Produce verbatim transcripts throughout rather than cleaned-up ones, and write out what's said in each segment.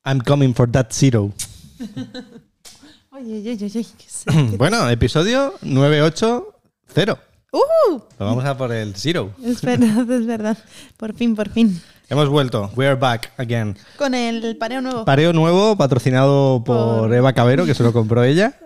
I'm coming for that zero. Oye, oye, oye, oye. ¿Qué sé? Bueno, episodio novecientos ochenta. ¡Uh! Pues vamos a por el zero. Es verdad, es verdad. Por fin, por fin. Hemos vuelto. We are back again. Con el pareo nuevo. Pareo nuevo patrocinado por, por... Eva Cabero, que se lo compró ella.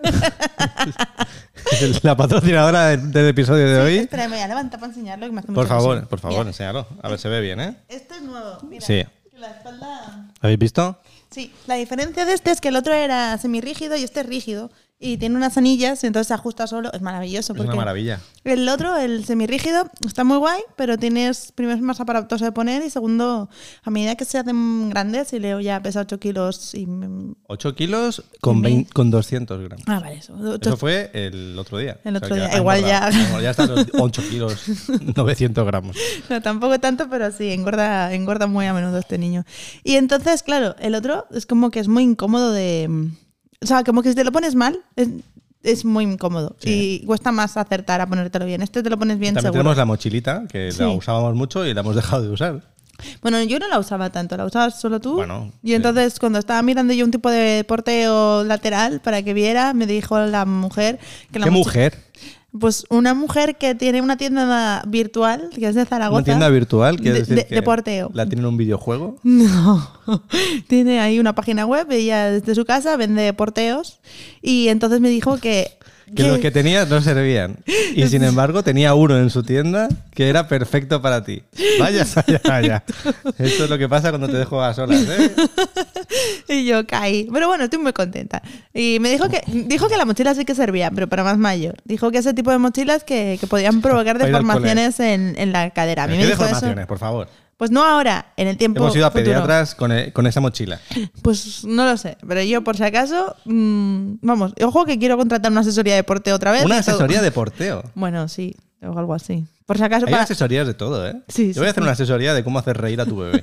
Es la patrocinadora del, del episodio de sí, hoy. Espera, me voy a levantar para enseñarlo. Que me hace por mucha favor, ilusión. por favor, Mira. enséñalo. A ver, se ve bien, ¿eh? Este es nuevo. Mira, Sí. que la espalda... ¿Habéis visto? Sí, la diferencia de este es que el otro era semirrígido y este es rígido. Y tiene unas anillas y entonces se ajusta solo. Es maravilloso. Es Porque una maravilla. el otro, el semirrígido, está muy guay, pero tienes, primero es más aparatoso de poner y segundo, a medida que se hacen grandes, y Leo ya pesa ocho kilos y... ocho kilos con, veinte, con doscientos gramos. Ah, vale, eso. Eso fue el otro día. El otro o sea, día. Igual ya... Igual ya están ocho kilos, novecientos gramos. No, tampoco tanto, pero sí, engorda, engorda muy a menudo este niño. Y entonces, claro, el otro es como que es muy incómodo de... O sea, como que si te lo pones mal, es, es muy incómodo. Sí. Y cuesta más acertar a ponértelo bien. Este te lo pones bien También seguro. tenemos la mochilita, que Sí. la usábamos mucho y la hemos dejado de usar. Bueno, yo no la usaba tanto, la usabas solo tú. Bueno, y entonces cuando estaba mirando yo un tipo de porteo lateral para que viera, me dijo la mujer que la ¿Qué mochi- mujer? Pues una mujer que tiene una tienda virtual, que es de Zaragoza. ¿Una tienda virtual? ¿Quiere de, decir de- que de porteo. ¿La tiene en un videojuego? No, tiene ahí una página web, ella desde su casa vende porteos y entonces me dijo que... Que los que tenía no servían. Y sin embargo tenía uno en su tienda que era perfecto para ti. Vaya, vaya, vaya. Esto es lo que pasa cuando te dejo a solas, ¿eh? Y yo caí. Pero bueno, estoy muy contenta. Y me dijo que dijo que la mochila sí que servía, pero para más mayor. Dijo que ese tipo de mochilas que, que podían provocar Para ir al deformaciones en, en la cadera. A mí ¿Qué me dijo deformaciones, eso. por favor? Pues no ahora, en el tiempo Hemos ido a futuro. pediatras con, e- con esa mochila. Pues no lo sé, pero yo por si acaso, mmm, vamos, ojo que quiero contratar una asesoría de porteo otra vez. Una y todo. asesoría de porteo. Bueno, sí, o algo así. Por si acaso Hay para... asesorías de todo, ¿eh? Sí, Yo sí, voy a hacer sí. una asesoría de cómo hacer reír a tu bebé.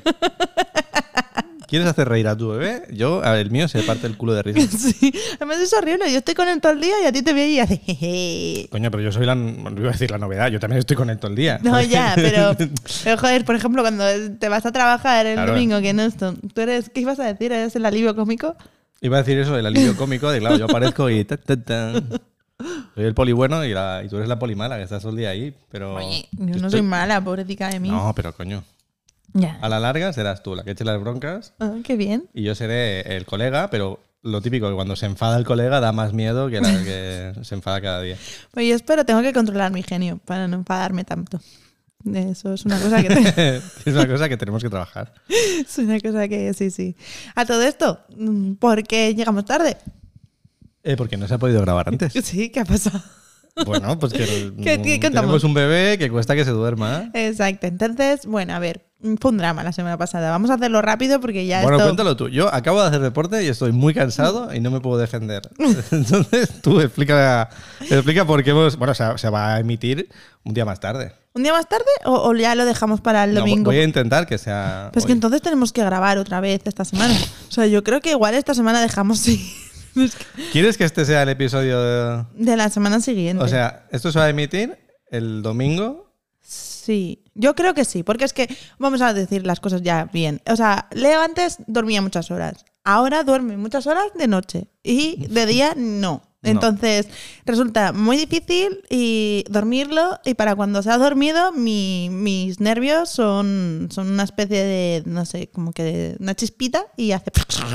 ¿Quieres hacer reír a tu bebé? Yo, a ver, el mío se parte el culo de risa. Sí, además es horrible. Yo estoy con él todo el día y a ti te veo y hace jeje. Coño, pero yo soy la... No iba a decir la novedad. Yo también estoy con él todo el día. No, ya, pero, pero joder, por ejemplo, cuando te vas a trabajar el Claro. domingo, que no esto, tú eres, ¿qué ibas a decir? ¿Eres el alivio cómico? Iba a decir eso, el alivio cómico de, claro, yo aparezco y... ta, ta, ta. Soy el poli bueno y, la, y tú eres la poli mala, que estás todo el día ahí, pero... Oye, yo no estoy- soy mala, pobrecita de mí. No, pero coño. Ya. A la larga serás tú la que eche las broncas Ah, qué bien. y yo seré el colega, pero lo típico, que cuando se enfada el colega da más miedo que la que se enfada cada día. Pues yo espero, tengo que controlar mi genio para no enfadarme tanto. Eso es una cosa que... te- Es una cosa que tenemos que trabajar. es una cosa que sí, sí. A todo esto, mm, ¿por qué llegamos tarde? Eh, porque no se ha podido grabar antes. Sí, ¿qué ha pasado? Bueno, pues que ¿Qué- qué mm, contamos? tenemos un bebé que cuesta que se duerma. Exacto. Entonces, bueno, a ver, fue un drama la semana pasada. Vamos a hacerlo rápido porque ya Bueno, esto... cuéntalo tú. Yo acabo de hacer deporte y estoy muy cansado y no me puedo defender. Entonces tú explica, explica por qué hemos, bueno, se, se va a emitir un día más tarde. ¿Un día más tarde o, o ya lo dejamos para el No, domingo? voy a intentar que sea. Pues que hoy. entonces tenemos que grabar otra vez esta semana. O sea, yo creo que igual esta semana dejamos sí, ¿Quieres que este sea el episodio de... de la semana siguiente. O sea, esto se va a emitir el domingo. Sí, yo creo que sí, porque es que vamos a decir las cosas ya bien. O sea, Leo antes dormía muchas horas, ahora duerme muchas horas de noche y de día no. No. Entonces resulta muy difícil y dormirlo y para cuando se ha dormido mi- mis nervios son, son una especie de, no sé, como que de una chispita y hace...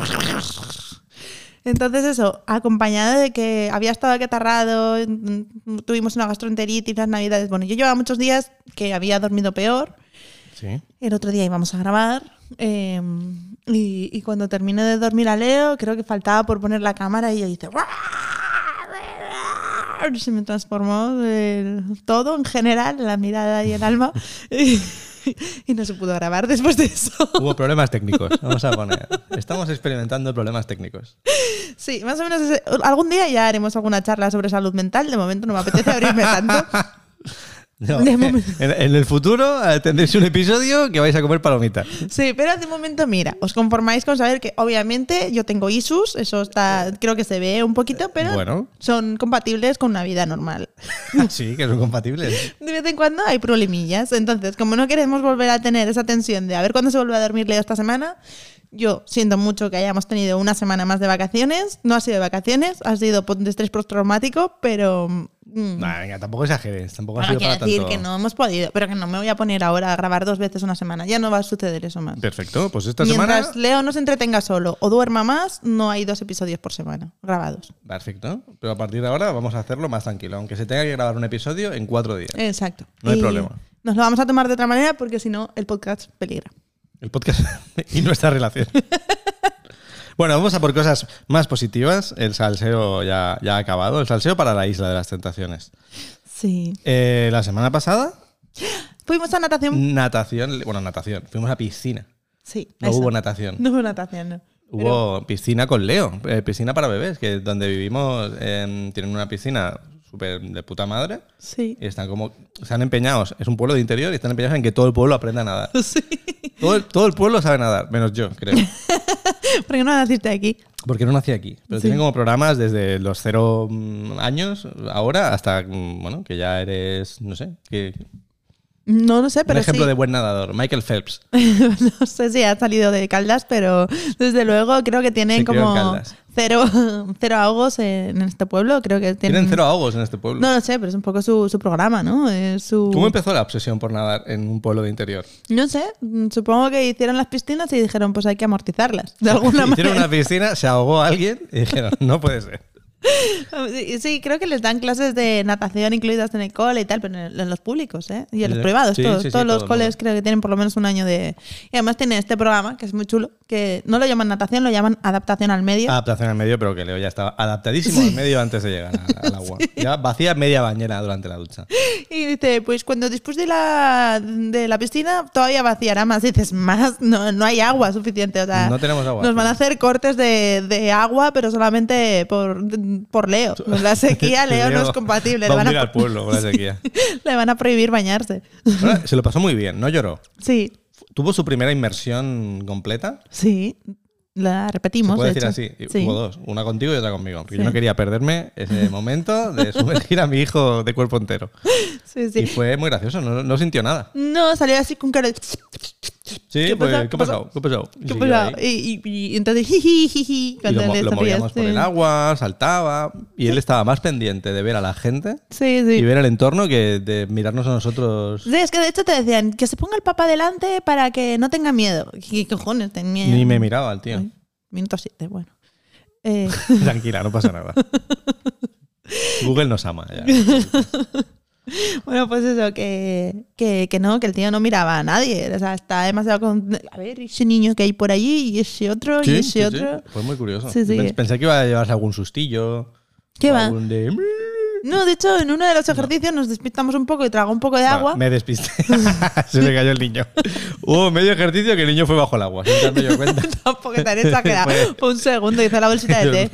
Entonces eso, acompañado de que había estado acatarrado, mm, tuvimos una gastroenteritis las navidades. Bueno, yo llevaba muchos días que había dormido peor. Sí. El otro día íbamos a grabar eh, y, y cuando terminé de dormir a Leo, creo que faltaba por poner la cámara y yo hice... Se me transformó el- todo en general, la mirada y el alma. Y, y no se pudo grabar después de eso. Hubo problemas técnicos. Vamos a poner. Estamos experimentando problemas técnicos. Sí, más o menos ese- algún día ya haremos alguna charla sobre salud mental. De momento no me apetece abrirme tanto. No, De momento. en, en el futuro eh, tendréis un episodio que vais a comer palomitas. Sí, pero de momento, mira, os conformáis con saber que obviamente yo tengo issues, eso está, creo que se ve un poquito, pero Bueno. son compatibles con una vida normal. Sí, que son compatibles. De vez en cuando hay problemillas, entonces como no queremos volver a tener esa tensión de a ver cuándo se vuelve a dormir Leo esta semana, Yo siento mucho que hayamos tenido una semana más de vacaciones. No ha sido de vacaciones, ha sido de estrés postraumático, pero... Mm, Nah, venga, tampoco exageres. Tampoco bueno, ha sido quiero para decir tanto. que no hemos podido, pero que no me voy a poner ahora a grabar dos veces una semana. Ya no va a suceder eso más. Perfecto, pues esta Mientras semana... Leo no se entretenga solo o duerma más, no hay dos episodios por semana grabados. Perfecto, pero a partir de ahora vamos a hacerlo más tranquilo, aunque se tenga que grabar un episodio en cuatro días. Exacto. No hay Y problema. Nos lo vamos a tomar de otra manera porque si no, el podcast peligra. El podcast y nuestra relación. Bueno, vamos a por cosas más positivas. El salseo ya, ya ha acabado. El salseo para la Isla de las Tentaciones. Sí. Eh, la semana pasada, Fuimos a natación. natación. Bueno, natación. Fuimos a piscina. Sí. No eso. hubo natación. No hubo natación, no. Hubo piscina con Leo. eh, piscina para bebés, que donde vivimos eh, tienen una piscina súper de puta madre. Sí. Y están como... Están empeñados. Es un pueblo de interior y están empeñados en que todo el pueblo aprenda a nadar. Sí. Todo el, todo el pueblo sabe nadar, menos yo, creo. ¿Por qué no naciste aquí? Porque no nací aquí. Pero Sí. tienen como programas desde los cero mm, años ahora hasta, mm, bueno, que ya eres, no sé, que, No lo sé, pero un ejemplo sí. de buen nadador. Michael Phelps. No sé si ha salido de Caldas, pero desde luego creo que tienen Se crió en como Caldas. cero, cero ahogos en este pueblo. Creo que tienen, Tienen cero ahogos en este pueblo. No lo sé, pero es un poco su, su programa, ¿no? Es su... ¿Cómo empezó la obsesión por nadar en un pueblo de interior? No sé, supongo que hicieron las piscinas y dijeron, pues hay que amortizarlas, de alguna Hicieron manera. una piscina, se ahogó alguien y dijeron, no puede ser. Sí, sí, creo que les dan clases de natación incluidas en el cole y tal, pero en, en los públicos, ¿eh? Y en los Sí, privados, sí, todos, sí, sí, todos los todo el coles mundo. creo que tienen por lo menos un año de... Y además tiene este programa, que es muy chulo, que no lo llaman natación, lo llaman adaptación al medio. Adaptación al medio, pero que Leo ya estaba adaptadísimo al medio antes de llegar a- al agua. Ya vacía media bañera durante la ducha. Y dice, pues cuando después de la, de la piscina todavía vaciará más. Y dices, más, no, no hay agua suficiente. O sea, No tenemos agua. Nos van a hacer cortes de, de agua, pero solamente por, por Leo. La sequía, Leo, no es compatible. Va Le a van hundir a, al pueblo con la sequía. le van a prohibir bañarse. Ahora, se lo pasó muy bien, no lloró. Sí, Tuvo su primera inmersión completa. sí. La repetimos. Se puede de decir hecho. así. Sí. Hubo dos, una contigo y otra conmigo. Porque Sí. yo no quería perderme ese momento de sumergir a mi hijo de cuerpo entero. Sí, sí. Y fue muy gracioso, no, no sintió nada. No, salió así con cara de... Sí, ¿Qué pues, pasa? ¿qué ha pasado? ¿Qué ha pasado? Y ¿Qué siguió pasa? ahí. Y, y- y entonces, jiji, jiji, Y cuando lo, mo- le lo sonríes, movíamos por sí. el agua, saltaba. Y él estaba más pendiente de ver a la gente Sí, sí. y ver el entorno que de mirarnos a nosotros. Sí, es que de hecho te decían que se ponga el papá delante para que no tenga miedo. ¿Qué cojones ten miedo? Ni me miraba el tío. Ay, minuto siete, bueno. Eh, Tranquila, no pasa nada. Google nos ama. Ya. bueno, pues eso, que, que, que no, que el tío no miraba a nadie. O sea, está demasiado con... A ver, ese niño que hay por allí y ese otro y Sí, ese sí, sí. otro. Fue muy curioso. Sí, sí. Pens- Pensé que iba a llevarse algún sustillo. ¿Qué o va? algún de... No, de hecho, en uno de los ejercicios nos despistamos un poco y tragó un poco de No, agua. me despisté. Se me cayó el niño. Hubo medio ejercicio que el niño fue bajo el agua, sin darme yo cuenta. Tampoco tan exagerado. Fue- Fue un segundo, hizo la bolsita de té.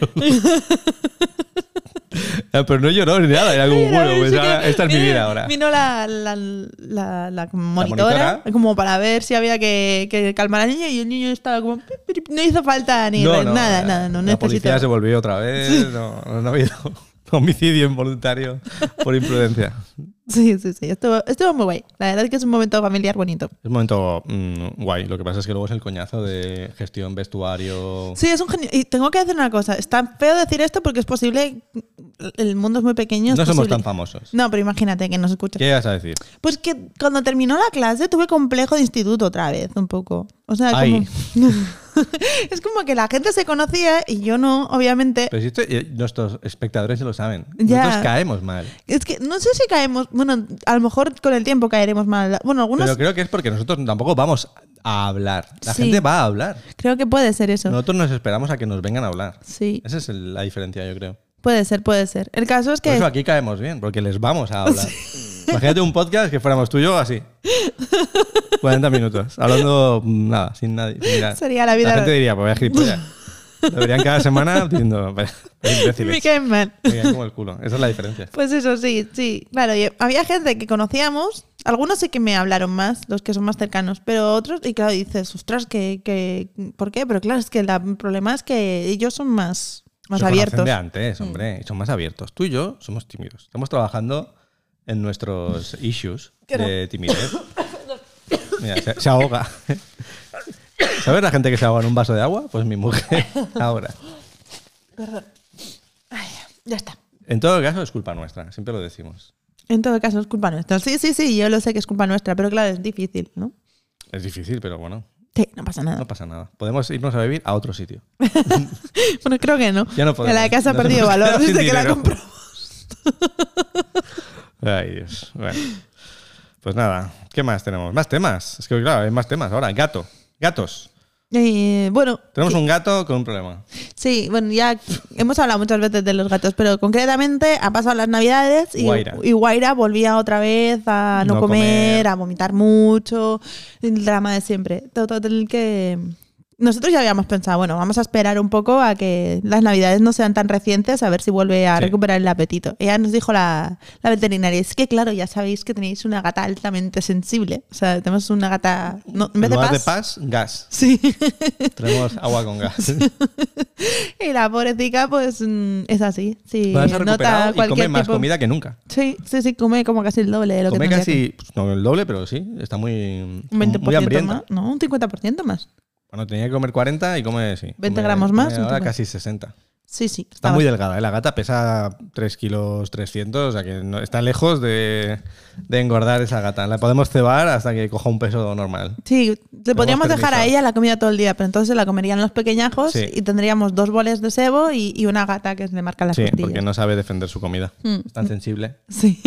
Ah, pero no lloró ni nada, era como, Mira, bueno, pues sí ahora- que- esta es mi vino- vida ahora. Vino la, la, la, la monitora, monitora. como para ver si había que, que calmar al niño y el niño estaba como... "Pi, pi, pi". No hizo falta ni No, no, nada, la- nada, no La necesito. policía se volvió otra vez, no, no ha habido homicidio involuntario por imprudencia. Sí, sí, sí, estuvo, estuvo muy guay. La verdad es que es un momento familiar bonito. Es un momento mm, guay, lo que pasa es que luego es el coñazo de gestión, vestuario... Sí, es un genio. Y tengo que decir una cosa, está feo decir esto porque es posible, el mundo es muy pequeño. es No somos posible- tan famosos. No, pero imagínate que nos escuchas. ¿Qué ibas a decir? Pues que cuando terminó la clase tuve complejo de instituto otra vez, un poco. O sea, como... Ay. es como que la gente se conocía y yo no, obviamente. Pero si esto, eh, nuestros espectadores se lo saben. Ya. Nosotros caemos mal. Es que no sé si caemos, bueno, a lo mejor con el tiempo caeremos mal. Bueno, algunos Pero creo que es porque nosotros tampoco vamos a hablar. La Sí. gente va a hablar. creo que puede ser eso. Nosotros nos esperamos a que nos vengan a hablar. Sí, Esa es el- la diferencia, yo creo. puede ser, puede ser. El caso es Por que eso aquí caemos bien, porque les vamos a hablar. Imagínate un podcast que fuéramos tú y yo así. cuarenta minutos. Hablando mm, nada, sin nadie. sin mirar. Sería la vida- La gente diría, pues vaya gilipollas. Lo verían cada semana diciendo, "Vaya, vaya imbéciles". me caen mal. Me caen como el culo. Esa es la diferencia. Pues eso, sí, sí. Claro, y había gente que conocíamos, algunos sí que me hablaron más, los que son más cercanos, pero otros, y claro, dices, ostras, que, que ¿por qué? Pero claro, es que la- el problema es que ellos son más, más Se conocen abiertos. de antes, hombre. Y son más abiertos. Tú y yo somos tímidos. Estamos trabajando en nuestros issues Que no. de timidez. Mira, se, se ahoga. ¿Sabes la gente que se ahoga en un vaso de agua? Pues mi mujer ahora. Perdón. Ay, ya está. En todo caso es culpa nuestra, siempre lo decimos. En todo caso es culpa nuestra. Sí, sí, sí, yo lo sé que es culpa nuestra, pero claro, es difícil, ¿no? Es difícil, pero bueno. Sí, no pasa nada. No pasa nada. Podemos irnos a vivir a otro sitio. Bueno, creo que no. Ya no podemos. La casa ha Nos perdido hemos valor quedado sin desde que la dinero. compramos. Ay, Dios. Bueno. Pues nada, ¿qué más tenemos? Más temas. Es que claro, hay más temas ahora. Gato. Gatos. Eh, bueno, Tenemos un gato con un problema. sí, bueno, ya hemos hablado muchas veces de los gatos, pero concretamente ha pasado las navidades y Guaira. y Guaira volvía otra vez a no, No comer, comer. a vomitar mucho, el drama de siempre. Todo, todo el que nosotros ya habíamos pensado, bueno, vamos a esperar un poco a que las navidades no sean tan recientes, a ver si vuelve a Sí. recuperar el apetito. Ella nos dijo la, la veterinaria, es que claro, ya sabéis que tenéis una gata altamente sensible. O sea, tenemos una gata, no, en vez En de lugar paz, de paz, gas. sí. Tenemos agua con gas. Y la pobrecita, pues mm, es así. Sí, Pues se ha nota recuperado y come cualquier más tipo- comida que nunca. Sí, sí, sí, come como casi el doble de lo Come que tendría casi, pues, no el doble, pero sí, está muy, que- un veinte por muy ciento hambrienta. más. No, un cincuenta por ciento más. Bueno, tenía que comer cuarenta y come, sí. veinte come- gramos más, come un ahora cincuenta. casi sesenta. Sí, sí. Está muy bastante. delgada, ¿eh? La gata pesa tres kilos trescientos, o sea que no, está lejos de, de engordar esa gata. La podemos cebar hasta que coja un peso normal. Sí, le podríamos dejar a permiso. ella la comida todo el día, pero entonces la comerían los pequeñajos Sí. y tendríamos dos boles de sebo y, y una gata que le marca las Sí, costillas. porque no sabe defender su comida. Mm. Es tan sensible. Sí.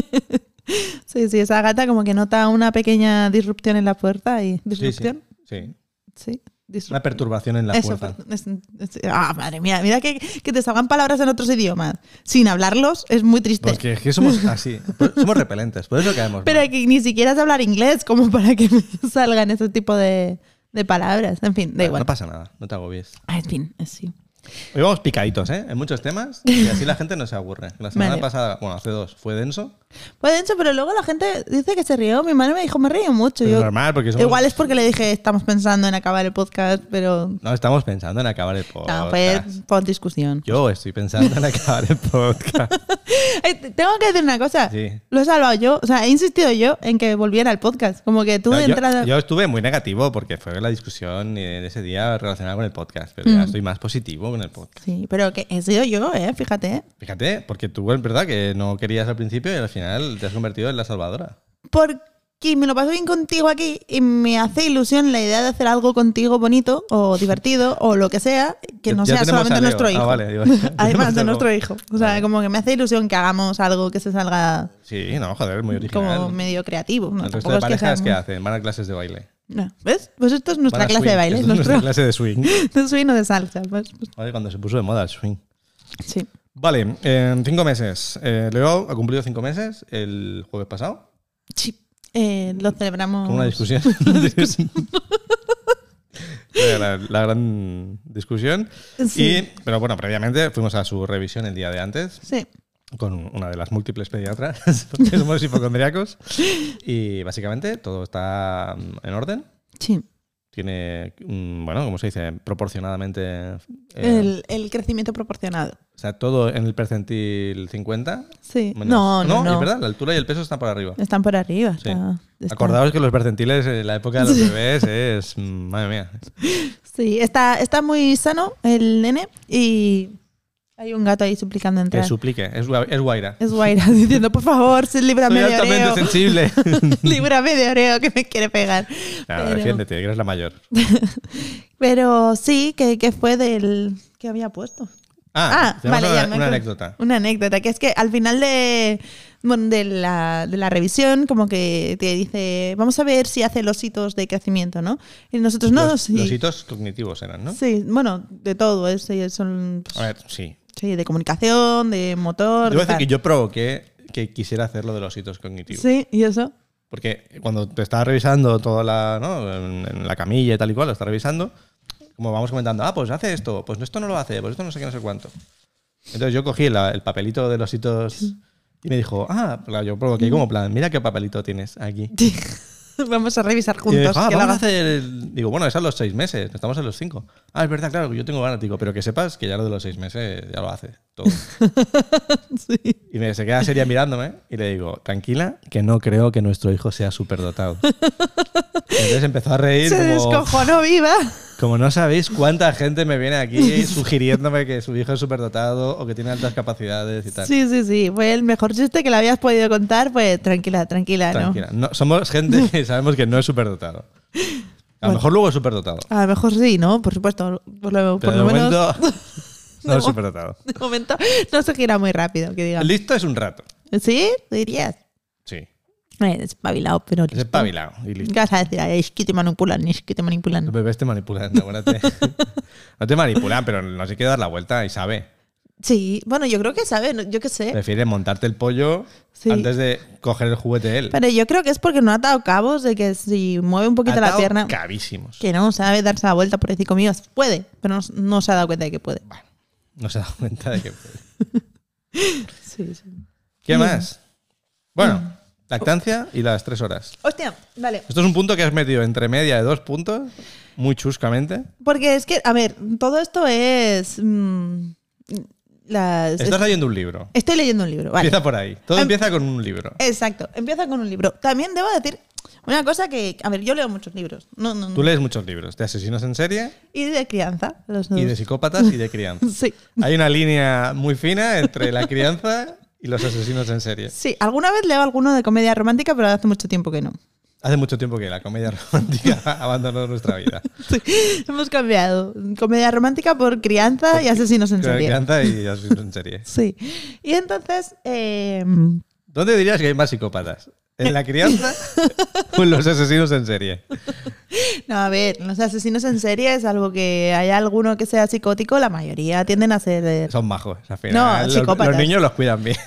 Sí, sí, esa gata como que nota una pequeña disrupción en la puerta y... Sí, sí. ¿Disrupción? Sí. Sí. disrupción. Una perturbación en la Eso, fuerza. es- es- ah, madre mía, mira que, que te salgan palabras en otros idiomas sin hablarlos, es muy triste. Pues que, es que somos así, por- somos repelentes, por eso caemos Pero mal. que ni siquiera es hablar inglés como para que me salgan ese tipo de, de palabras. En fin, da Bueno, igual. no pasa nada, no te agobies. Ah, en fin, sí. Hoy vamos picaditos, ¿eh? En muchos temas y así la gente no se aburre. La semana Vale. pasada, bueno, hace dos, fue denso. Pues denso, pero luego la gente dice que se rió. Mi madre me dijo, me río mucho. Pero Yo- es normal, porque somos... Igual es porque le dije, estamos pensando en acabar el podcast, pero... No, estamos pensando en acabar el podcast. No, pues pon discusión. Yo estoy pensando en acabar el podcast. Eh, te- tengo que decir una cosa. Sí. Lo he salvado yo. O sea, he insistido yo en que volviera al podcast. Como que tú No, de yo, entrada... yo estuve muy negativo porque fue la discusión de ese día relacionada con el podcast, pero ya Mm. estoy más positivo con el podcast. Sí, pero que he sido yo, ¿eh? Fíjate. ¿eh? Fíjate, porque tú es verdad que no querías al principio y al final te has convertido en la salvadora. Porque me lo paso bien contigo aquí y me hace ilusión la idea de hacer algo contigo bonito o divertido o lo que sea, que Ya- no ya sea tenemos solamente a Leo. nuestro hijo. Ah, vale, digo, ya tenemos Además de algo. nuestro hijo. O sea, Vale. como que me hace ilusión que hagamos algo que se salga Sí, no, joder, muy original. como medio creativo. No, el resto tampoco de es que parejas, sea ¿qué muy- hacen? Van a clases de baile. No. ¿Ves? Pues esto es nuestra Van a clase swing. de baile. Esto es nuestra Nuestro clase de swing. de swing o de salsa. Pues, pues, Vale, cuando se puso de moda el swing. sí. Vale, en cinco meses. Eh, Leo ha cumplido cinco meses el jueves pasado. Sí. Eh, lo celebramos. Con una discusión. Era la, la gran discusión. Sí. Y, pero bueno, previamente fuimos a su revisión el día de antes Sí. con una de las múltiples pediatras, porque somos hipocondriacos. Y básicamente todo está mm, en orden. Sí. Tiene, mm, bueno, como se dice, proporcionadamente. eh, El, el crecimiento proporcionado. O sea, todo en el percentil cincuenta. Sí. menos- No, no, no. es verdad, la altura y el peso están por arriba. Están por arriba. Sí. está- está- Acordaos que los percentiles en la época de los bebés es. mm, Madre mía. Sí, está, está muy sano el nene y hay un gato ahí suplicando Que entrar. suplique. Es, gua- es Guaira. Es Guaira diciendo, por favor, se- líbrame Soy de altamente Oreo. sensible. Líbrame de Oreo que me quiere pegar. Nada, Pero- defiéndete, que eres la mayor. Pero sí, que, que fue del... ¿Qué había puesto? Ah, Ah, tenemos vale, una, ya me una acuerdo. anécdota. Una anécdota, que es que al final de, bueno, de, la, de la revisión, como que te dice, vamos a ver si hace los hitos de crecimiento, ¿no? Y nosotros no, Los, sí. los hitos cognitivos eran, ¿no? Sí, bueno, de todo, es, son pues, A ver, sí. sí, de comunicación, de motor. Debo de decir tal. que yo provoqué que quisiera hacer lo de los hitos cognitivos. Sí, y eso. Porque cuando te estaba revisando toda la, ¿no? en, en la camilla y tal y cual, lo estaba revisando, como vamos comentando, ah, pues hace esto, pues esto no lo hace, pues esto no sé qué, no sé cuánto. Entonces yo cogí la- el papelito de los hitos y me dijo, ah, claro, yo provoqué como plan, mira qué papelito tienes aquí. Vamos a revisar Y me juntos. dijo, ah, que la vamos a haga- hacer... el-". Digo, bueno, es a los seis meses, estamos en los cinco. Ah, es verdad, claro, que yo tengo ganas. Digo, pero que sepas que ya lo de los seis meses ya lo hace todo. Sí. Y me, se queda seria mirándome y le digo, tranquila, que no creo que nuestro hijo sea superdotado. Entonces empezó a reír Se como, descojonó viva. como no sabéis cuánta gente me viene aquí sugiriéndome que su hijo es superdotado o que tiene altas capacidades y tal. Sí, sí, sí. Fue el mejor chiste que le habías podido contar. Pues tranquila, tranquila, ¿no? Tranquila. No, somos gente que sabemos que no es superdotado. A lo Bueno. mejor luego es superdotado. A lo mejor sí, ¿no? Por supuesto. Por lo, por Pero lo de menos. momento no de es mo- superdotado. De momento no se gira muy rápido, que digamos. Listo es un rato. ¿Sí? ¿Dirías? Sí. Eh, espabilado, pero Es listo. espabilado y listo. ¿Qué vas a decir? Ay, es que te manipulan, es que te manipulan. Los bebés te manipulan. No, bueno, te, no te manipulan, pero no se quiere dar la vuelta y sabe. Sí, bueno, yo creo que sabe, no- yo qué sé. Prefiere montarte el pollo Sí. antes de coger el juguete él. Pero yo creo que es porque no ha atado cabos de que si mueve un poquito la Atado pierna, Carísimos. que no sabe darse la vuelta por decir conmigo. Puede, pero no, no se ha dado cuenta de que puede. No se da cuenta de que puede. Sí, sí. ¿Qué más? Bueno, lactancia y las tres horas. Hostia, vale. Esto es un punto que has metido entre media de dos puntos, muy chuscamente. Porque es que, a ver, todo esto es... mm, las, Estás leyendo un libro. Estoy leyendo un libro, vale. Empieza por ahí. Todo Em- empieza con un libro. Exacto, empieza con un libro. También debo decir una cosa que, a ver, yo leo muchos libros. No, no, no. Tú lees muchos libros de asesinos en serie Y de crianza. Los dos. y de psicópatas y de crianza. Sí. Hay una línea muy fina entre la crianza y los asesinos en serie. Sí, alguna vez leo alguno de comedia romántica, pero hace mucho tiempo que no. Hace mucho tiempo que la comedia romántica abandonó nuestra vida. Sí, hemos cambiado. Comedia romántica por crianza y asesinos en serie. Crianza y asesinos en serie. Sí. Y entonces, eh, ¿Dónde dirías que hay más psicópatas? ¿En la crianza o en los asesinos en serie? no, a ver, los asesinos en serie, salvo que haya alguno que sea psicótico, la mayoría tienden a ser... eh, Son majos, al final. No, los, psicópatas. los niños los cuidan bien.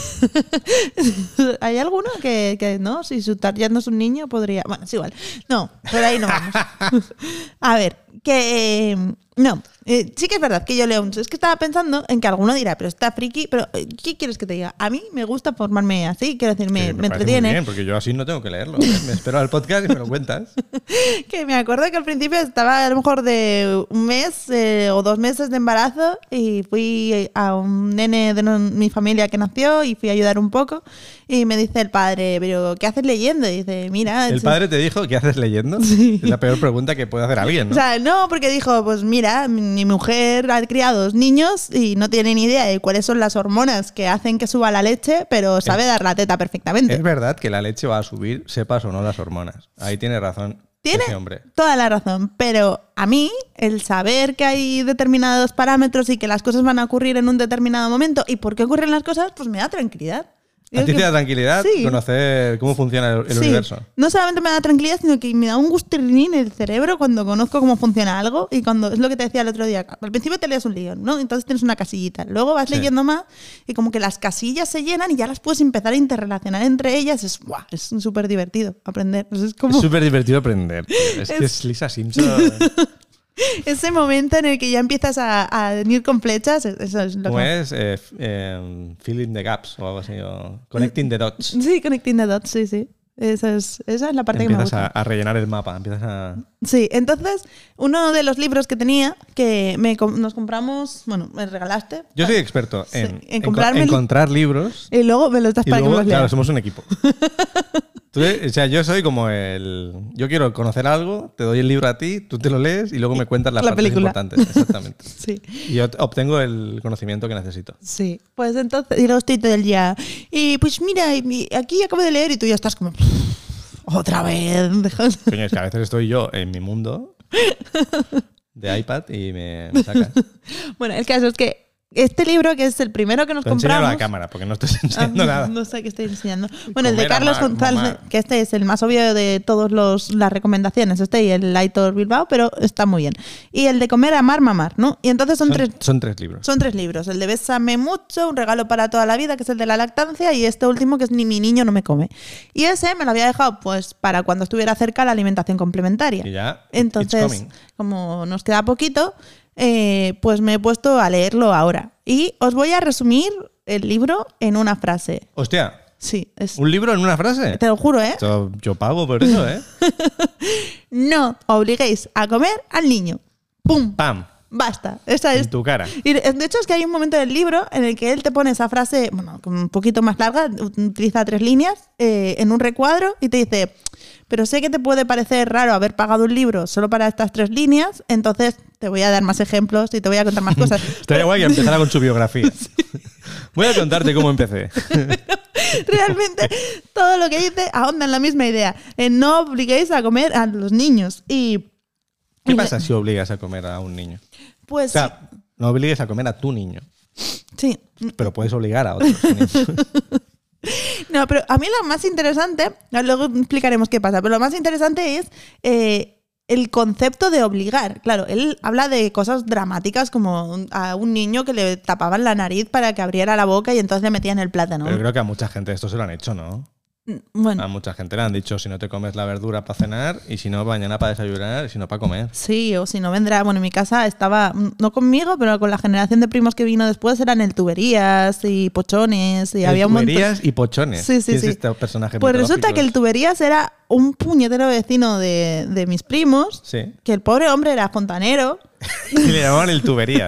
¿Hay alguno que, que no? Si su target no es un niño, podría... Bueno, es igual. No, por ahí no vamos. A ver, que... eh, no, eh, sí que es verdad que yo leo mucho. Es que estaba pensando en que alguno dirá, pero está friki, pero eh, ¿qué quieres que te diga? A mí me gusta formarme así, quiero decir, me, Que me parece muy entretiene. bien, porque yo así no tengo que leerlo. Me espero al podcast y me lo cuentas. Que me acuerdo que al principio estaba a lo mejor de un mes eh, o dos meses de embarazo y fui a un nene de no- mi familia que nació y fui a ayudar un poco y me dice el padre, pero ¿qué haces leyendo? Y dice, mira... ¿El es- padre te dijo qué haces leyendo? Sí. Es la peor pregunta que puede hacer alguien, ¿no? O sea, no, porque dijo, pues mira, mi mujer ha criado dos niños y no tiene ni idea de cuáles son las hormonas que hacen que suba la leche, pero sabe dar la teta perfectamente. Es verdad que la leche va a subir, sepas o no las hormonas. Ahí tiene razón Tiene ese hombre. toda la razón, pero a mí el saber que hay determinados parámetros y que las cosas van a ocurrir en un determinado momento y por qué ocurren las cosas, pues me da tranquilidad. ¿A ti Creo te que- da tranquilidad Sí. conocer cómo funciona el, el Sí. universo? No solamente me da tranquilidad, sino que me da un gustirrín en el cerebro cuando conozco cómo funciona algo y cuando es lo que te decía el otro día. Al principio te lees un guión, ¿no? Entonces tienes una casillita. Luego vas Sí. leyendo más y como que las casillas se llenan y ya las puedes empezar a interrelacionar entre ellas. Es ¡buah! Es súper divertido aprender. Pues es como Es súper divertido aprender. tío. Es, que Es- es Lisa Simpson. ese momento en el que ya empiezas a, a ir con flechas. Eso es lo ¿Cómo que... es? Eh, f- eh, filling the gaps o algo así. O connecting the dots. Sí, connecting the dots, sí, sí. Esa es, esa es la parte que me Empiezas gusta. a, a rellenar el mapa. Empiezas a... Sí, entonces, uno de los libros que tenía, que me, com- nos compramos, bueno, me regalaste. Yo soy experto Sí, en, en enco- comprarme el- encontrar libros Y luego me los das y para luego, que me los claro, leas. somos un equipo. Tú, o sea, yo soy como el... Yo quiero conocer algo, te doy el libro a ti, tú te lo lees y luego me cuentas las La partes película. importantes. Exactamente. Sí, Y yo obtengo el conocimiento que necesito. sí. Pues entonces, y luego estoy todo el día. Y pues mira, y aquí acabo de leer y tú ya estás como. Otra vez. dejas- Coño, es que a veces estoy yo en mi mundo de iPad y me, me sacas. Bueno, el caso es que este libro, que es el primero que nos Te enseño a compramos. la cámara porque no estoy Ah, enseñando nada. No sé qué estoy enseñando. Bueno, el de Comer a Carlos mar, González, mamar. que este es el más obvio de todas las recomendaciones, este y el Aitor Bilbao, pero está muy bien. Y el de Comer, Amar, Mamar, ¿no? Y entonces son, Son, tres. son tres libros. Son tres libros. El de Bésame mucho, Un regalo para toda la vida, que es el de la lactancia, y este último que es Ni mi niño no me come. Y ese me lo había dejado pues para cuando estuviera cerca la alimentación complementaria. Y ya, it's Entonces, coming. como nos queda poquito, eh, pues me he puesto a leerlo ahora. Y os voy a resumir el libro en una frase. Hostia, Sí, es... ¿Un libro en una frase? Te lo juro, ¿eh? Yo, yo pago por eso, ¿eh? No obliguéis a comer al niño. ¡Pum! ¡Pam! Basta. Esa es... En tu cara. Y de hecho es que hay un momento del libro en el que él te pone esa frase, bueno, un poquito más larga, utiliza tres líneas, eh, en un recuadro y te dice, pero sé que te puede parecer raro haber pagado un libro solo para estas tres líneas, entonces te voy a dar más ejemplos y te voy a contar más cosas. Estaría guay que empezara con su biografía. Sí. Voy a contarte cómo empecé. Realmente todo lo que dice ahonda en la misma idea, en no obliguéis a comer a los niños. Y ¿qué pasa si obligas a comer a un niño? Pues o sea, no obligues a comer a tu niño. Sí. Pero puedes obligar a otros niños. No, pero a mí lo más interesante, luego explicaremos qué pasa, pero lo más interesante es eh, el concepto de obligar. Claro, él habla de cosas dramáticas como a un niño que le tapaban la nariz para que abriera la boca y entonces le metían el plátano. Pero creo que a mucha gente esto se lo han hecho, ¿no? Bueno. A mucha gente le han dicho si no te comes la verdura para cenar y si no mañana para desayunar y si no para comer. Sí, o si no vendrá, bueno, en mi casa estaba, no conmigo, pero con la generación de primos que vino después eran el tuberías y pochones y el había un montón. Tuberías y pochones. Sí, sí, ¿Quién sí. es este personaje Pues mitológico? resulta que el tuberías era un puñetero vecino de, de mis primos, sí. que el pobre hombre era fontanero. Y le llamaban el Tuberías.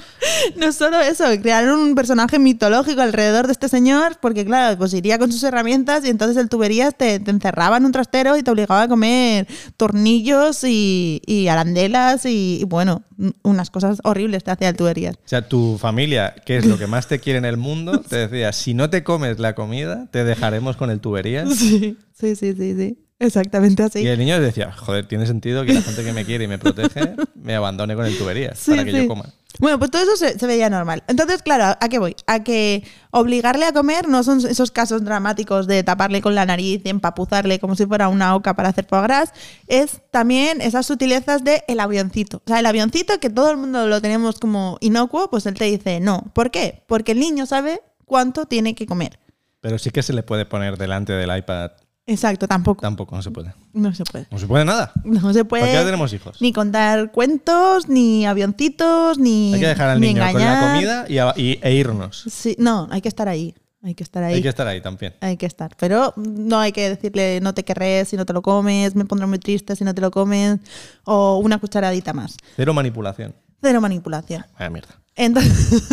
No solo eso, crearon un personaje mitológico alrededor de este señor, porque claro, pues iría con sus herramientas y entonces el Tuberías te, te encerraba en un trastero y te obligaba a comer tornillos y, y arandelas y, y bueno, unas cosas horribles te hacía el Tuberías. O sea, tu familia, que es lo que más te quiere en el mundo, te decía, si no te comes la comida, te dejaremos con el Tuberías. Sí, sí, sí, sí, sí. Exactamente así. Y el niño decía, joder, tiene sentido que la gente que me quiere y me protege me abandone con el Tuberías Sí, para que sí. yo coma. Bueno, pues todo eso se, se veía normal. Entonces, claro, ¿a qué voy? A que obligarle a comer no son esos casos dramáticos de taparle con la nariz y empapuzarle como si fuera una oca para hacer foie gras. Es también esas sutilezas de el avioncito. O sea, el avioncito que todo el mundo lo tenemos como inocuo, pues él te dice no. ¿Por qué? Porque el niño sabe cuánto tiene que comer. Pero sí que se le puede poner delante del iPad. Exacto, tampoco. Tampoco, no se puede. No se puede. No se puede nada. No se puede. ¿Por qué no tenemos hijos? Ni contar cuentos, ni avioncitos, ni Hay que dejar al ni niño engañar. con la comida y, a- y- e irnos. Sí, no, hay que estar ahí. Hay que estar ahí. Hay que estar ahí también. Hay que estar. Pero no hay que decirle no te querré si no te lo comes, me pondré muy triste si no te lo comes, o una cucharadita más. Cero manipulación. Cero manipulación. Vaya mierda. Entonces,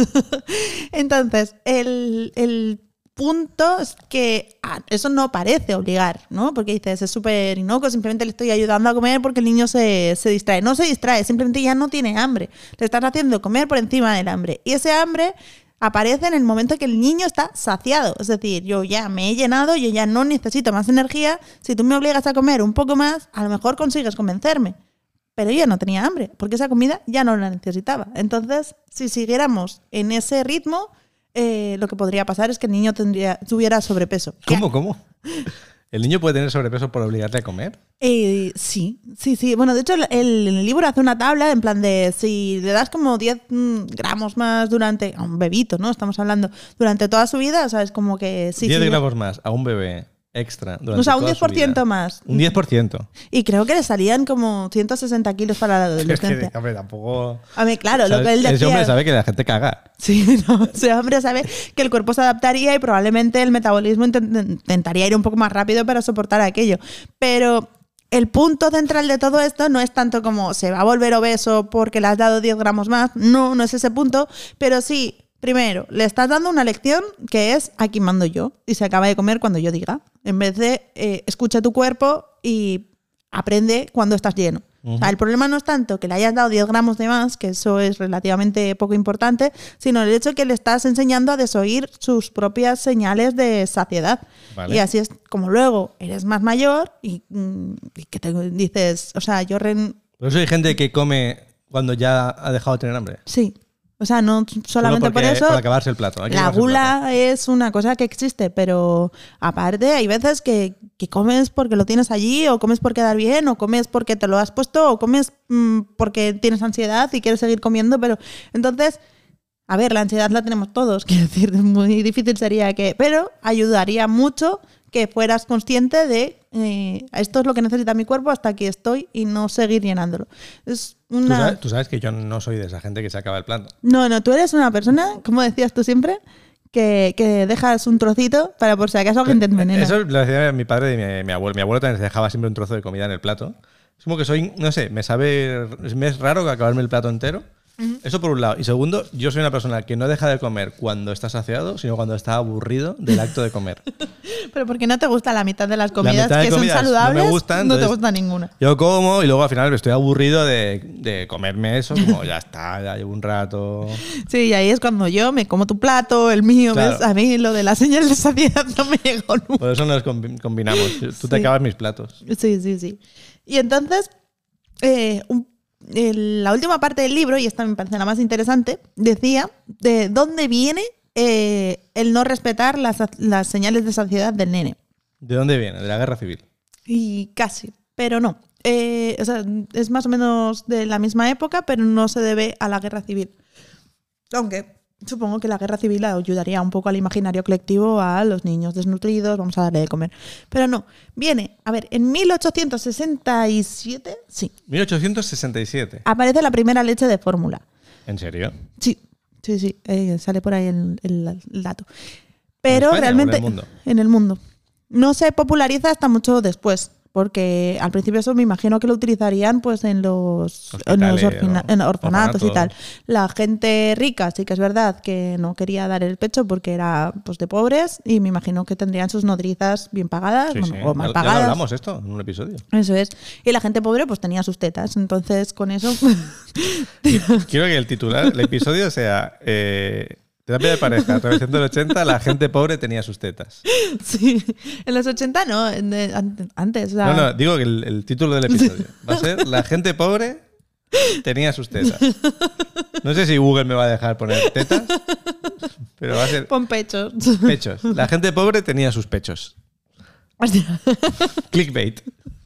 entonces el, el punto es que ah, eso no parece obligar, ¿no? Porque dices, es súper inocuo, simplemente le estoy ayudando a comer porque el niño se, se distrae. No se distrae, simplemente ya no tiene hambre. Le estás haciendo comer por encima del hambre. Y ese hambre aparece en el momento que el niño está saciado. Es decir, yo ya me he llenado, yo ya no necesito más energía. Si tú me obligas a comer un poco más, a lo mejor consigues convencerme. Pero yo ya no tenía hambre, porque esa comida ya no la necesitaba. Entonces, si siguiéramos en ese ritmo, eh, lo que podría pasar es que el niño tendría, tuviera sobrepeso. ¿Cómo, cómo? ¿El niño puede tener sobrepeso por obligarle a comer? Eh, sí, sí, sí. Bueno, de hecho, el, el libro hace una tabla en plan de si le das como diez mm, gramos más durante, a un bebito, ¿no? Estamos hablando, durante toda su vida, o sea, es como que sí. diez sí, gramos más a un bebé extra durante O sea, un toda diez por su vida. ciento más. Un diez por ciento. Y creo que le salían como ciento sesenta kilos para la Es adolescencia. que, hombre, tampoco... A ver, claro, lo ¿Sabes? que él decía... Ese hombre sabe que la gente caga. Sí, no, ese hombre sabe que el cuerpo se adaptaría y probablemente el metabolismo intent- intentaría ir un poco más rápido para soportar aquello. Pero el punto central de todo esto no es tanto como se va a volver obeso porque le has dado diez gramos más. No, no es ese punto. Pero sí, primero, le estás dando una lección que es aquí mando yo y se acaba de comer cuando yo diga. En vez de eh, escucha tu cuerpo y aprende cuando estás lleno. Uh-huh. O sea, el problema no es tanto que le hayas dado diez gramos de más, que eso es relativamente poco importante, sino el hecho que le estás enseñando a desoír sus propias señales de saciedad. Vale. Y así es como luego eres más mayor y, y que te dices, o sea, yo... Re... Por eso hay gente que come cuando ya ha dejado de tener hambre. Sí. O sea, no solamente Solo porque, por eso. Por acabarse el plato. La gula es una cosa que existe, pero aparte hay veces que, que comes porque lo tienes allí, o comes por quedar bien, o comes porque te lo has puesto, o comes mmm, porque tienes ansiedad y quieres seguir comiendo, pero entonces, a ver, la ansiedad la tenemos todos, quiero decir, muy difícil sería que, pero ayudaría mucho que fueras consciente de eh, esto es lo que necesita mi cuerpo, hasta aquí estoy y no seguir llenándolo. Es una... ¿Tú, sabes, tú sabes que yo no soy de esa gente que se acaba el plato. No, no, tú eres una persona, como decías tú siempre, que, que dejas un trocito para por si acaso alguien te envenena. Eso lo decía mi padre y mi, mi abuelo. Mi abuelo también se dejaba siempre un trozo de comida en el plato. Es como que soy, no sé, me sabe, me es raro acabarme el plato entero. Uh-huh. Eso por un lado. Y segundo, yo soy una persona que no deja de comer cuando está saciado, sino cuando está aburrido del acto de comer. Pero porque no te gusta la mitad de las comidas de que comidas son saludables, no, me gustan, no te gusta ninguna. Yo como y luego al final estoy aburrido de, de comerme eso, como ya está, ya llevo un rato. Sí, y ahí es cuando yo me como tu plato, el mío, claro. ¿Ves? A mí lo de la señal de saciedad no me llegó nunca. Por eso nos combinamos. Tú sí. te acabas mis platos. Sí, sí, sí. Y entonces, eh, un la última parte del libro, y esta me parece la más interesante, decía de dónde viene eh, el no respetar las, las señales de saciedad del nene. ¿De dónde viene? De la guerra civil. Y casi, pero no. Eh, o sea, es más o menos de la misma época, pero no se debe a la guerra civil. Aunque supongo que la guerra civil ayudaría un poco al imaginario colectivo, a los niños desnutridos, vamos a darle de comer. Pero no, viene, a ver, en mil ochocientos sesenta y siete, sí. mil ochocientos sesenta y siete. Aparece la primera leche de fórmula. ¿En serio? Sí, sí, sí, eh, sale por ahí el, el, el dato. Pero ¿En España realmente o en el mundo? En el mundo. No se populariza hasta mucho después. Porque al principio eso me imagino que lo utilizarían pues en los, en los orfina, en orfanatos y tal. La gente rica sí que es verdad que no quería dar el pecho porque era pues de pobres y me imagino que tendrían sus nodrizas bien pagadas, sí, bueno, sí. o mal ya, pagadas. Ya lo hablamos esto en un episodio. Eso es. Y la gente pobre pues tenía sus tetas. Entonces con eso... Quiero que el titular, el episodio sea... Eh, terapia de pareja, atravesando el ochenta, la gente pobre tenía sus tetas. Sí, en los ochenta no, antes. O sea... No, no, digo que el, el título del episodio va a ser la gente pobre tenía sus tetas. No sé si Google me va a dejar poner tetas, pero va a ser... Pon pechos. Pechos. La gente pobre tenía sus pechos. Hostia. Clickbait.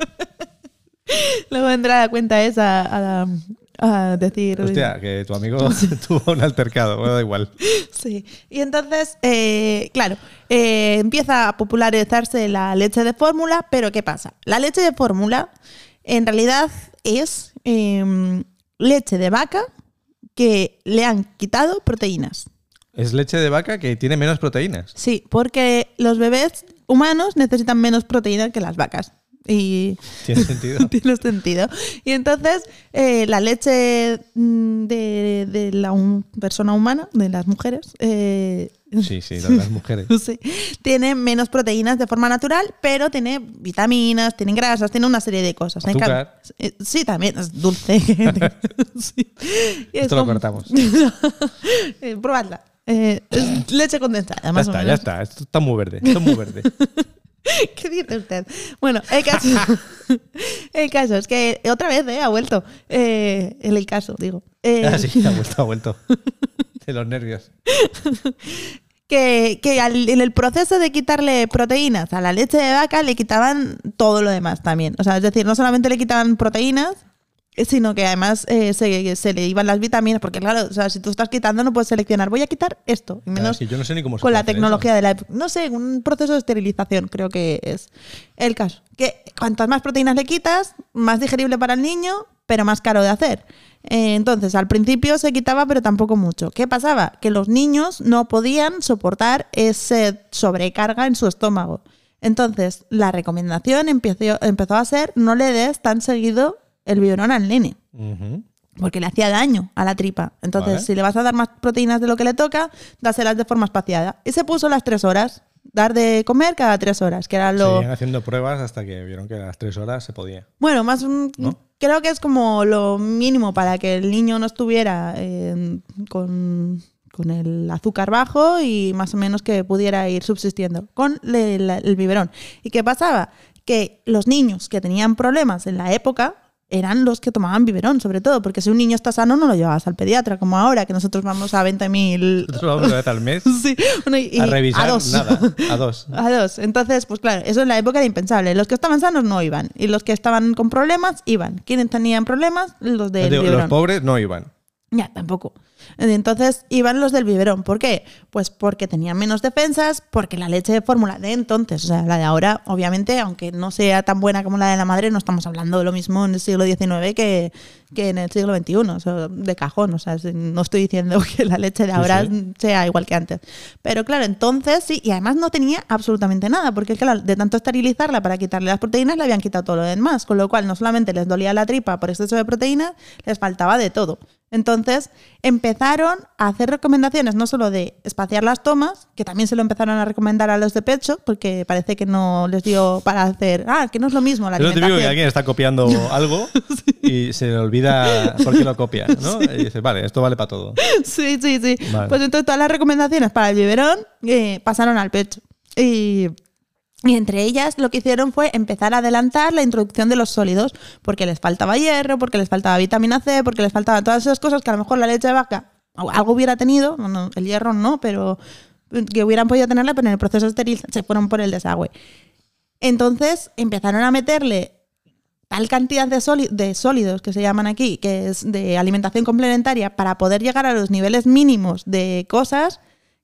Luego vendrá la cuenta esa a la... a decir... Hostia, que tu amigo tuvo un altercado, bueno, da igual. Sí, y entonces, eh, claro, eh, empieza a popularizarse la leche de fórmula, pero ¿qué pasa? La leche de fórmula en realidad es eh, leche de vaca que le han quitado proteínas. Es leche de vaca que tiene menos proteínas. Sí, porque los bebés humanos necesitan menos proteínas que las vacas. Y tiene sentido. Tiene sentido. Y entonces eh, la leche de, de la un, persona humana, de las mujeres, eh, sí, sí, de las mujeres, sí, tiene menos proteínas de forma natural, pero tiene vitaminas, tiene grasas, tiene una serie de cosas. Azúcar. Sí, también es dulce. Sí. Y Esto es lo como... cortamos. eh, probadla. Eh, es leche condensada. Ya Más está, o menos. ya está. Esto está muy verde. Esto es muy verde. ¿Qué dice usted? Bueno, el caso, el caso es que otra vez eh, ha vuelto. Eh, en el caso, digo. Eh, ah, sí, ha vuelto, ha vuelto. De los nervios. Que, que al, en el proceso de quitarle proteínas a la leche de vaca le quitaban todo lo demás también. O sea, es decir, no solamente le quitaban proteínas, sino que además eh, se, se le iban las vitaminas, porque claro, o sea, si tú estás quitando no puedes seleccionar, voy a quitar esto, y menos claro, sí, yo no sé ni cómo se con la hacer tecnología eso. de la época. No sé, un proceso de esterilización creo que es el caso. Que cuantas más proteínas le quitas, más digerible para el niño, pero más caro de hacer. Eh, entonces, al principio se quitaba, pero tampoco mucho. ¿Qué pasaba? Que los niños no podían soportar esa sobrecarga en su estómago. Entonces, la recomendación empezó, empezó a ser no le des tan seguido el biberón al nene. Uh-huh. Porque le hacía daño a la tripa. Entonces, vale. Si le vas a dar más proteínas de lo que le toca, dáselas de forma espaciada. Y se puso las tres horas. Dar de comer cada tres horas, que era lo... Seguían haciendo pruebas hasta que vieron que a las tres horas se podía. Bueno, más un... ¿No? Creo que es como lo mínimo para que el niño no estuviera eh, con... con el azúcar bajo y más o menos que pudiera ir subsistiendo con le, la, el biberón. ¿Y qué pasaba? Que los niños que tenían problemas en la época eran los que tomaban biberón, sobre todo, porque si un niño está sano no lo llevabas al pediatra, como ahora, que nosotros vamos a veinte mil... Nosotros vamos una vez al mes sí, bueno, y, a revisar a dos. Nada, a dos. A dos. Entonces, pues claro, eso en la época era impensable. Los que estaban sanos no iban, y los que estaban con problemas iban. ¿Quiénes tenían problemas? Los del Digo, biberón. los pobres no iban. Ya, tampoco. Entonces iban los del biberón. ¿Por qué? Pues porque tenían menos defensas, porque la leche de fórmula de entonces, o sea, la de ahora, obviamente, aunque no sea tan buena como la de la madre, no estamos hablando de lo mismo en el siglo diecinueve que, que en el siglo veintiuno, o sea, de cajón. O sea, no estoy diciendo que la leche de ahora sí, sí. sea igual que antes. Pero claro, entonces sí, y además no tenía absolutamente nada, porque claro, de tanto esterilizarla para quitarle las proteínas, le habían quitado todo lo demás, con lo cual no solamente les dolía la tripa por exceso de proteínas, les faltaba de todo. Entonces empezaron a hacer recomendaciones no solo de espaciar las tomas, que también se lo empezaron a recomendar a los de pecho, porque parece que no les dio para hacer, ah, que no es lo mismo la alimentación. Es lo típico que alguien está copiando algo sí. y se le olvida por qué lo copia, ¿no? Y dices, vale, esto vale para todo. Sí, sí, sí. Vale. Pues entonces todas las recomendaciones para el biberón eh, pasaron al pecho. Y... Y entre ellas lo que hicieron fue empezar a adelantar la introducción de los sólidos, porque les faltaba hierro, porque les faltaba vitamina C, porque les faltaban todas esas cosas que a lo mejor la leche de vaca algo hubiera tenido, no, no, el hierro no, pero que hubieran podido tenerla, pero en el proceso estéril se fueron por el desagüe. Entonces empezaron a meterle tal cantidad de, sóli- de sólidos, que se llaman aquí, que es de alimentación complementaria, para poder llegar a los niveles mínimos de cosas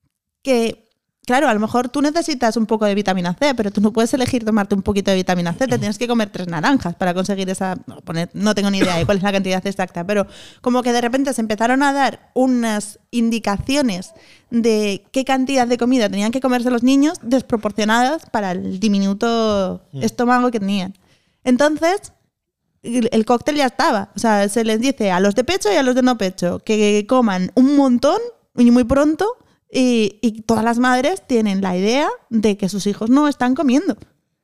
que... Claro, a lo mejor tú necesitas un poco de vitamina C, pero tú no puedes elegir tomarte un poquito de vitamina C, te tienes que comer tres naranjas para conseguir esa... No, poner, no tengo ni idea de cuál es la cantidad exacta, pero como que de repente se empezaron a dar unas indicaciones de qué cantidad de comida tenían que comerse los niños desproporcionadas para el diminuto estómago que tenían. Entonces, el cóctel ya estaba. O sea, se les dice a los de pecho y a los de no pecho que coman un montón y muy pronto. Y, y todas las madres tienen la idea de que sus hijos no están comiendo.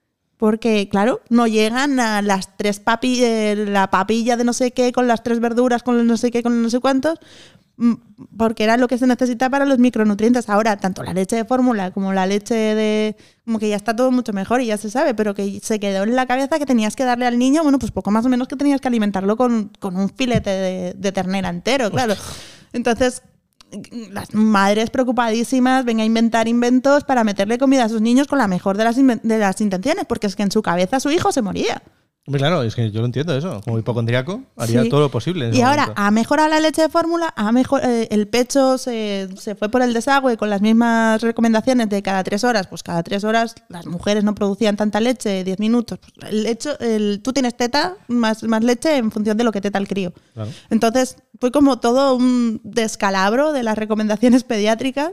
Porque, claro, no llegan a las tres papillas, la papilla de no sé qué, con las tres verduras, con no sé qué, con no sé cuántos, porque era lo que se necesita para los micronutrientes. Ahora, tanto la leche de fórmula como la leche de... Como que ya está todo mucho mejor y ya se sabe, pero que se quedó en la cabeza que tenías que darle al niño, bueno, pues poco más o menos que tenías que alimentarlo con, con un filete de, de ternera entero, claro. Entonces... las madres preocupadísimas ven a inventar inventos para meterle comida a sus niños con la mejor de las, de las intenciones, porque es que en su cabeza su hijo se moría. Claro, es que yo lo entiendo eso. Como hipocondriaco, haría sí. todo lo posible. En y ahora, momento. ha mejorado la leche de fórmula, ha mejor, eh, el pecho se, se fue por el desagüe con las mismas recomendaciones de cada tres horas. Pues cada tres horas las mujeres no producían tanta leche, diez minutos. Pues el hecho, el, tú tienes teta, más, más leche en función de lo que teta el crío. Claro. Entonces, fue como todo un descalabro de las recomendaciones pediátricas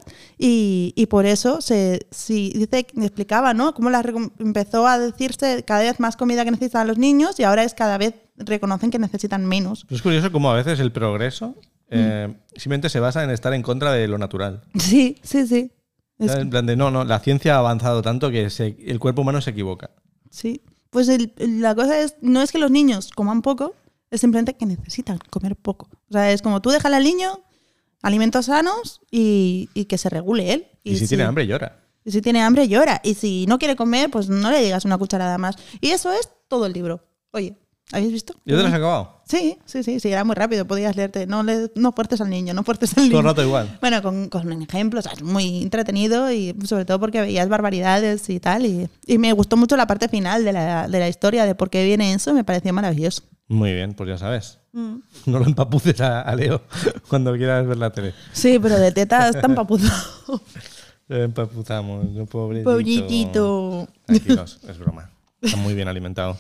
y, y por eso se sí, dice, explicaba, ¿no? Cómo la, empezó a decirse cada vez más comida que necesitan los niños y ahora es cada vez reconocen que necesitan menos. Es curioso cómo a veces el progreso eh, mm. simplemente se basa en estar en contra de lo natural. Sí, sí, sí. Es en plan de, no, no, la ciencia ha avanzado tanto que se, el cuerpo humano se equivoca. Sí, pues el, la cosa es, no es que los niños coman poco, es simplemente que necesitan comer poco. O sea, es como tú déjale al niño alimentos sanos y, y que se regule él. Y, y si, si tiene hambre, llora. Y si tiene hambre, llora. Y si no quiere comer, pues no le digas una cucharada más. Y eso es todo el libro. Oye, ¿habéis visto? ¿Ya te lo has acabado? Sí, sí, sí, sí, era muy rápido. Podías leerte. No, le, no fuertes al niño, no fuertes al niño. Todo el rato igual. Bueno, con, con ejemplos, es muy entretenido y sobre todo porque veías barbaridades y tal. Y, y me gustó mucho la parte final de la, de la historia, de por qué viene eso, me pareció maravilloso. Muy bien, pues ya sabes. Mm. No lo empapuces a, a Leo cuando quieras ver la tele. Sí, pero de teta está empapuzado. Lo empapuzamos, no, pobrecito. Pobrecito. Tranquilos, es broma. Está muy bien alimentado.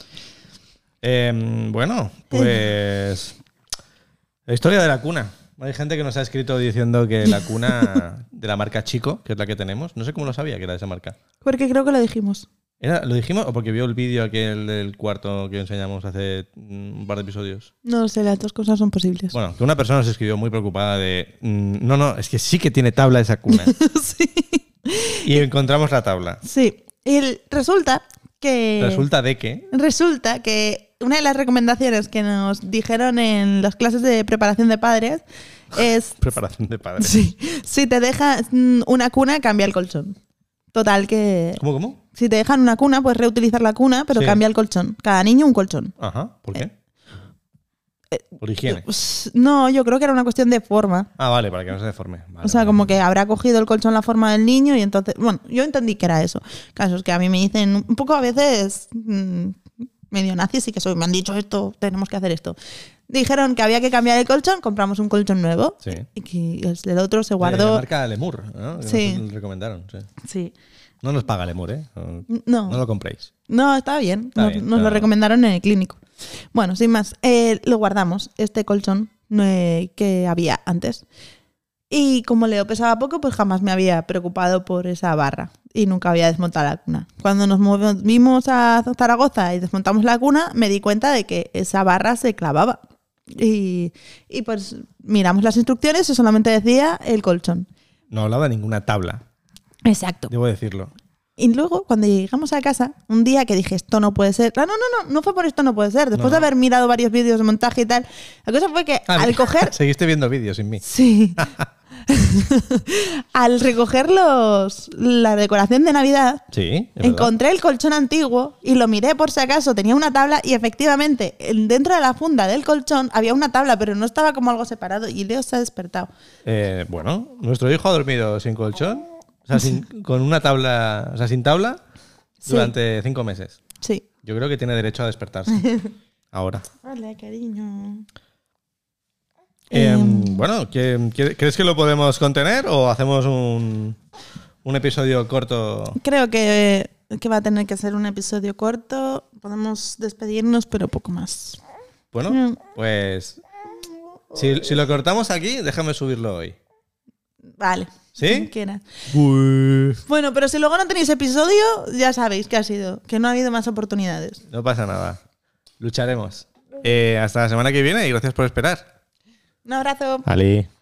Eh, bueno, pues... La historia de la cuna. Hay gente que nos ha escrito diciendo que la cuna de la marca Chico, que es la que tenemos, no sé cómo lo sabía que era de esa marca. Porque creo que lo dijimos. ¿Era, ¿Lo dijimos o porque vio el vídeo aquel del cuarto que enseñamos hace un par de episodios? No lo sé, las dos cosas son posibles. Bueno, que una persona nos escribió muy preocupada de... Mmm, no, no, es que sí que tiene tabla esa cuna. Sí. Y encontramos la tabla. Sí. Y resulta que... ¿Resulta de qué? Resulta que una de las recomendaciones que nos dijeron en las clases de preparación de padres es... Preparación de padres. Sí. Si te dejas una cuna, cambia el colchón. Total que... ¿Cómo, cómo? Si te dejan una cuna, puedes reutilizar la cuna, pero sí. Cambia el colchón. Cada niño un colchón. Ajá. ¿Por qué? Eh, ¿Por higiene? Pues, no, yo creo que era una cuestión de forma. Ah, vale, para que no se deforme. Vale, o sea, vale. como que habrá cogido el colchón la forma del niño y entonces... Bueno, yo entendí que era eso. Casos que a mí me dicen un poco a veces... Mmm, medio nazis y que soy, me han dicho esto, tenemos que hacer esto. Dijeron que había que cambiar el colchón, compramos un colchón nuevo. Sí. Y que el otro se guardó. De la marca Lemur, ¿no? Que Sí. nos recomendaron, sí. Sí. No nos paga Lemur, ¿eh? No, No. no lo compréis. No, está bien. Está nos bien, nos está- lo recomendaron en el clínico. Bueno, sin más, eh, lo guardamos, este colchón eh, que había antes. Y como Leo pesaba poco, pues jamás me había preocupado por esa barra. Y nunca había desmontado la cuna. Cuando nos movimos a Zaragoza y desmontamos la cuna, me di cuenta de que esa barra se clavaba. Y, y pues miramos las instrucciones y solamente decía el colchón. No hablaba de ninguna tabla, Exacto. debo decirlo. Y luego, cuando llegamos a casa, un día que dije, esto no puede ser. Ah, no, no, no, no fue por esto no puede ser. Después No, de no. haber mirado varios vídeos de montaje y tal, la cosa fue que Ah, al mira, coger... Seguiste viendo vídeos sin mí. Sí. Al recoger los, la decoración de Navidad, Sí, es verdad. encontré el colchón antiguo y lo miré por si acaso, tenía una tabla y efectivamente en- dentro de la funda del colchón había una tabla, pero no estaba como algo separado y Leo se ha despertado. Eh, bueno, nuestro hijo ha dormido sin colchón, o sea, sin- con una tabla, o sea, sin tabla, Sí. durante cinco meses. Sí. Yo creo que tiene derecho a despertarse. Ahora. Hola, cariño. Eh, Em. bueno, ¿qué- qué- ¿crees que lo podemos contener o hacemos un, un episodio corto? Creo que, que va a tener que ser un episodio corto. Podemos despedirnos, pero poco más. Bueno, Mm. pues si, si lo cortamos aquí, déjame subirlo hoy. Vale. ¿Sí? Como quieras. Bueno, pero si luego no tenéis episodio, ya sabéis que ha sido, que no ha habido más oportunidades. No pasa nada. Lucharemos. Eh, hasta la semana que viene y gracias por esperar. Un abrazo. Ali.